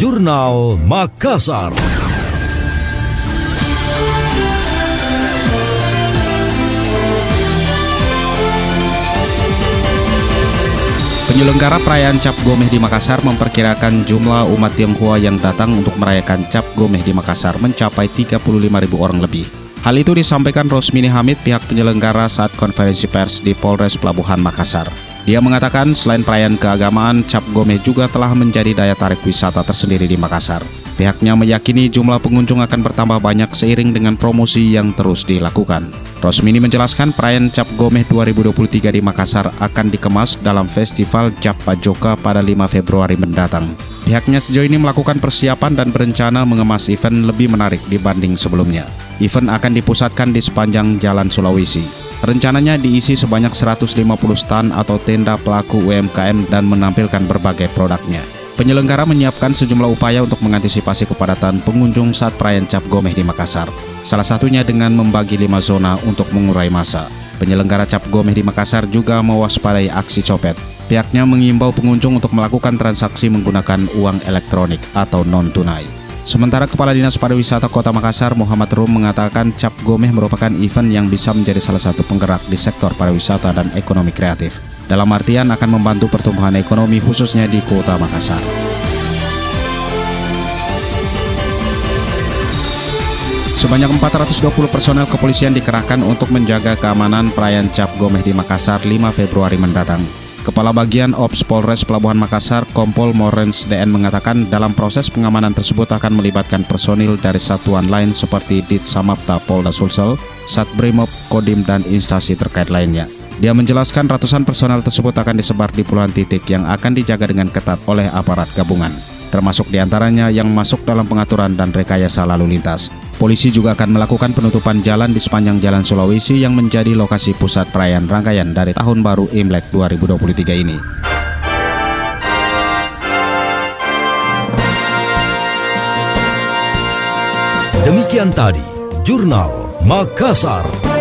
Jurnal Makassar. Penyelenggara perayaan Cap Gomeh di Makassar memperkirakan jumlah umat Tionghoa yang datang untuk merayakan Cap Gomeh di Makassar mencapai 35.000 orang lebih. Hal itu disampaikan Rosmini Hamid, pihak penyelenggara, saat konferensi pers di Polres Pelabuhan Makassar. Dia mengatakan selain perayaan keagamaan, Cap Gomeh juga telah menjadi daya tarik wisata tersendiri di Makassar. Pihaknya meyakini jumlah pengunjung akan bertambah banyak seiring dengan promosi yang terus dilakukan. Rosmini menjelaskan perayaan Cap Gomeh 2023 di Makassar akan dikemas dalam Festival Cap Pajoka pada 5 Februari mendatang. Pihaknya sejauh ini melakukan persiapan dan berencana mengemas event lebih menarik dibanding sebelumnya. Event akan dipusatkan di sepanjang Jalan Sulawesi. Rencananya diisi sebanyak 150 stan atau tenda pelaku UMKM dan menampilkan berbagai produknya. Penyelenggara menyiapkan sejumlah upaya untuk mengantisipasi kepadatan pengunjung saat perayaan Cap Gomeh di Makassar. Salah satunya dengan membagi 5 zona untuk mengurai massa. Penyelenggara Cap Gomeh di Makassar juga mewaspadai aksi copet. Pihaknya mengimbau pengunjung untuk melakukan transaksi menggunakan uang elektronik atau non-tunai. Sementara Kepala Dinas Pariwisata Kota Makassar, Muhammad Rum, mengatakan Cap Gomeh merupakan event yang bisa menjadi salah satu penggerak di sektor pariwisata dan ekonomi kreatif. Dalam artian akan membantu pertumbuhan ekonomi khususnya di Kota Makassar. Sebanyak 420 personel kepolisian dikerahkan untuk menjaga keamanan perayaan Cap Gomeh di Makassar 5 Februari mendatang. Kepala Bagian Ops Polres Pelabuhan Makassar, Kompol Morens DN, mengatakan dalam proses pengamanan tersebut akan melibatkan personil dari satuan lain seperti Ditsamapta Polda Sulsel, Satbrimob, Kodim, dan instansi terkait lainnya. Dia menjelaskan ratusan personel tersebut akan disebar di puluhan titik yang akan dijaga dengan ketat oleh aparat gabungan, termasuk diantaranya yang masuk dalam pengaturan dan rekayasa lalu lintas. Polisi juga akan melakukan penutupan jalan di sepanjang Jalan Sulawesi yang menjadi lokasi pusat perayaan rangkaian dari Tahun Baru Imlek 2023 ini. Demikian tadi Jurnal Makassar.